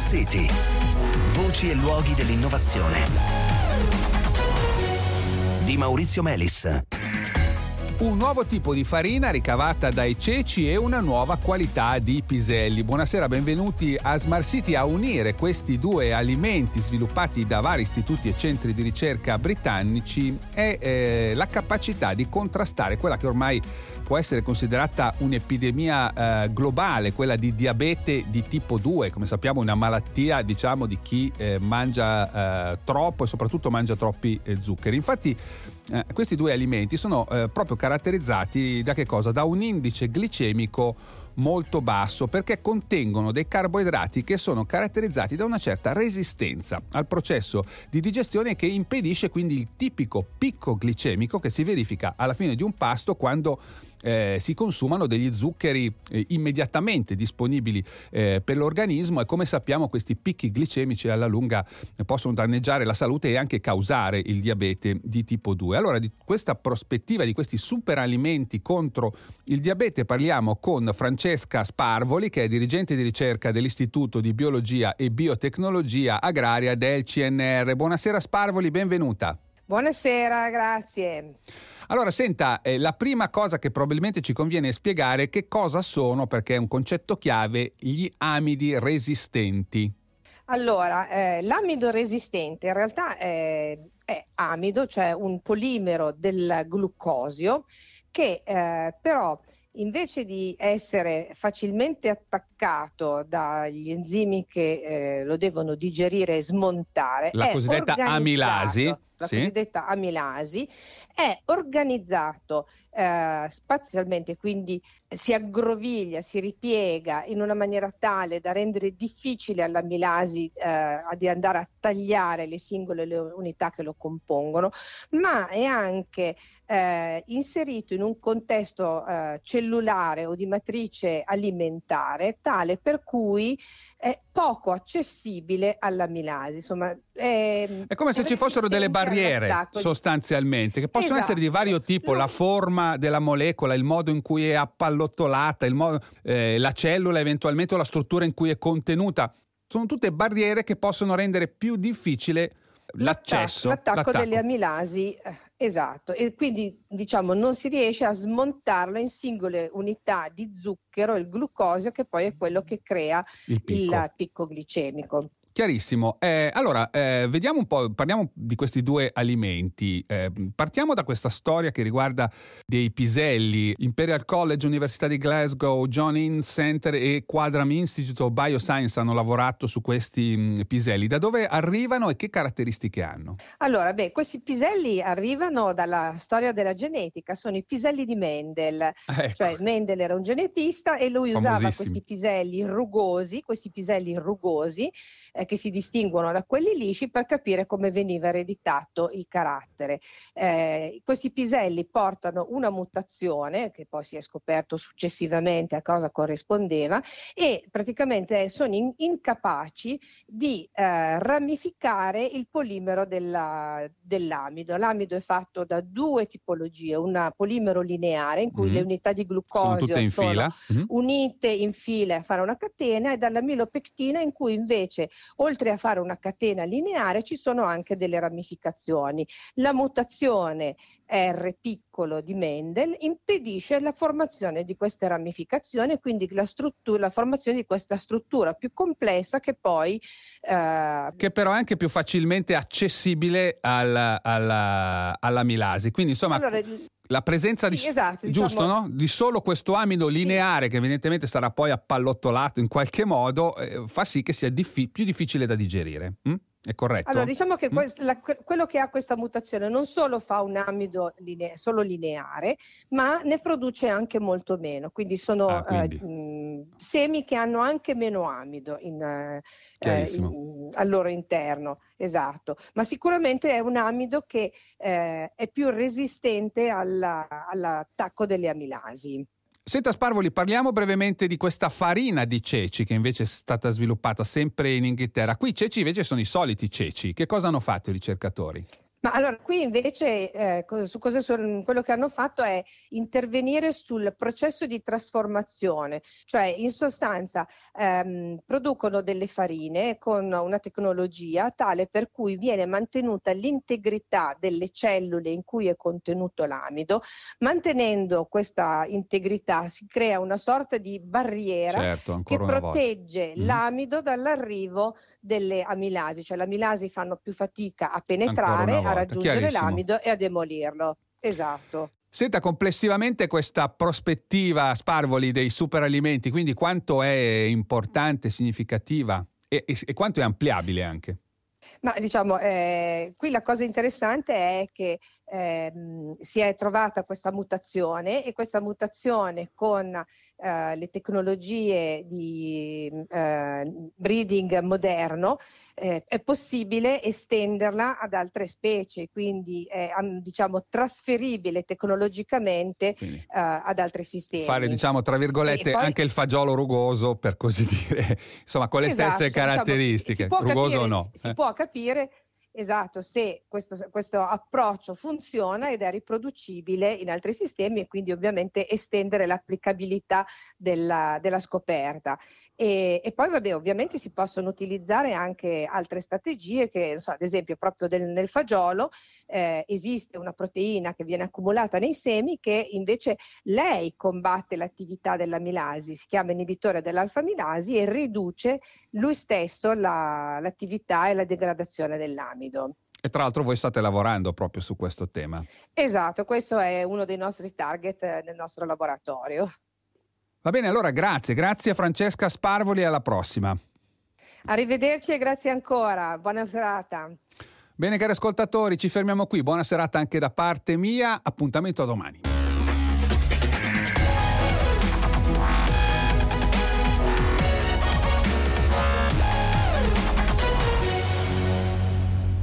City. Voci e luoghi dell'innovazione. Di Maurizio Melis. Un nuovo tipo di farina ricavata dai ceci e una nuova qualità di piselli. Buonasera, benvenuti a Smart City. A unire questi 2 alimenti sviluppati da vari istituti e centri di ricerca britannici è la capacità di contrastare quella che ormai può essere considerata un'epidemia globale, quella di diabete di tipo 2, come sappiamo una malattia di chi mangia troppo e soprattutto mangia troppi zuccheri. Infatti questi 2 alimenti sono proprio caratterizzati da che cosa? Da un indice glicemico molto basso, perché contengono dei carboidrati che sono caratterizzati da una certa resistenza al processo di digestione, che impedisce quindi il tipico picco glicemico che si verifica alla fine di un pasto quando si consumano degli zuccheri immediatamente disponibili per l'organismo, e come sappiamo questi picchi glicemici alla lunga possono danneggiare la salute e anche causare il diabete di tipo 2. Allora, di questa prospettiva, di questi superalimenti contro il diabete, parliamo con Francesca Sparvoli, che è dirigente di ricerca dell'Istituto di Biologia e Biotecnologia Agraria del CNR. Buonasera Sparvoli, benvenuta. Buonasera, grazie. Allora, senta, la prima cosa che probabilmente ci conviene spiegare che cosa sono, perché è un concetto chiave, gli amidi resistenti. Allora, l'amido resistente in realtà è amido, cioè un polimero del glucosio che però invece di essere facilmente attaccato dagli enzimi che lo devono digerire e smontare, la cosiddetta amilasi. La cosiddetta amilasi è organizzato spazialmente, quindi si aggroviglia, si ripiega in una maniera tale da rendere difficile all'amilasi di andare a tagliare le singole unità che lo compongono, ma è anche inserito in un contesto cellulare o di matrice alimentare tale per cui è poco accessibile all'amilasi. Insomma, è come se ci fossero delle barriere sostanzialmente, che possono essere di vario tipo, la forma della molecola, il modo in cui è appallottolata, la cellula eventualmente, o la struttura in cui è contenuta. Sono tutte barriere che possono rendere più difficile l'attacco delle amilasi, esatto, e quindi non si riesce a smontarlo in singole unità di zucchero, il glucosio, che poi è quello che crea il picco glicemico. Chiarissimo. Allora, vediamo un po', parliamo di questi 2 alimenti. Partiamo da questa storia che riguarda dei piselli. Imperial College, Università di Glasgow, John Innes Center e Quadram Institute of Bioscience hanno lavorato su questi piselli. Da dove arrivano e che caratteristiche hanno? Allora, questi piselli arrivano dalla storia della genetica, sono i piselli di Mendel. Ecco. Cioè Mendel era un genetista e lui usava questi piselli rugosi che si distinguono da quelli lisci per capire come veniva ereditato il carattere. Questi piselli portano una mutazione che poi si è scoperto successivamente a cosa corrispondeva, e praticamente sono incapaci di ramificare il polimero dell'amido. L'amido è fatto da 2 tipologie: un polimero lineare in cui le unità di glucosio sono unite in fila a fare una catena, e dall'amilopectina in cui invece, oltre a fare una catena lineare, ci sono anche delle ramificazioni. La mutazione R piccolo di Mendel impedisce la formazione di queste ramificazioni, quindi la formazione di questa struttura più complessa che poi che però è anche più facilmente accessibile all'amilasi. Quindi insomma, la presenza giusto, no? Di solo questo amido lineare, che evidentemente sarà poi appallottolato in qualche modo, fa sì che sia più difficile da digerire. È corretto? Allora, diciamo che quello che ha questa mutazione non solo fa un amido solo lineare, ma ne produce anche molto meno. Quindi sono semi che hanno anche meno amido al loro interno. Esatto. Ma sicuramente è un amido che è più resistente all'attacco delle amilasi. Senta Sparvoli, parliamo brevemente di questa farina di ceci che invece è stata sviluppata sempre in Inghilterra. Qui i ceci invece sono i soliti ceci. Che cosa hanno fatto i ricercatori? Ma allora qui invece quello che hanno fatto è intervenire sul processo di trasformazione, cioè in sostanza producono delle farine con una tecnologia tale per cui viene mantenuta l'integrità delle cellule in cui è contenuto l'amido. Mantenendo questa integrità si crea una sorta di barriera che protegge l'amido dall'arrivo delle amilasi, cioè le amilasi fanno più fatica a penetrare, a raggiungere l'amido e a demolirlo. Esatto. Senta, complessivamente questa prospettiva, Sparvoli, dei superalimenti, quindi quanto è importante, significativa e quanto è ampliabile anche? Ma diciamo, qui la cosa interessante è che si è trovata questa mutazione, e questa mutazione con le tecnologie di breeding moderno è possibile estenderla ad altre specie, quindi è diciamo trasferibile tecnologicamente ad altri sistemi. Fare, diciamo, tra virgolette, poi, anche il fagiolo rugoso, per così dire, insomma, con le stesse caratteristiche, diciamo, rugoso o no. Si può capire esatto se questo approccio funziona ed è riproducibile in altri sistemi, e quindi ovviamente estendere l'applicabilità della scoperta. E poi vabbè, ovviamente si possono utilizzare anche altre strategie che, non so, ad esempio proprio nel fagiolo esiste una proteina che viene accumulata nei semi che invece lei combatte l'attività dell'amilasi, si chiama inibitore dell'alfa-amilasi, e riduce lui stesso l'attività e la degradazione dell'amido. E tra l'altro voi state lavorando proprio su questo tema. Esatto, questo è uno dei nostri target nel nostro laboratorio. Va bene, allora grazie a Francesca Sparvoli e alla prossima. Arrivederci e grazie ancora, buona serata. Bene cari ascoltatori, ci fermiamo qui, buona serata anche da parte mia, appuntamento a domani.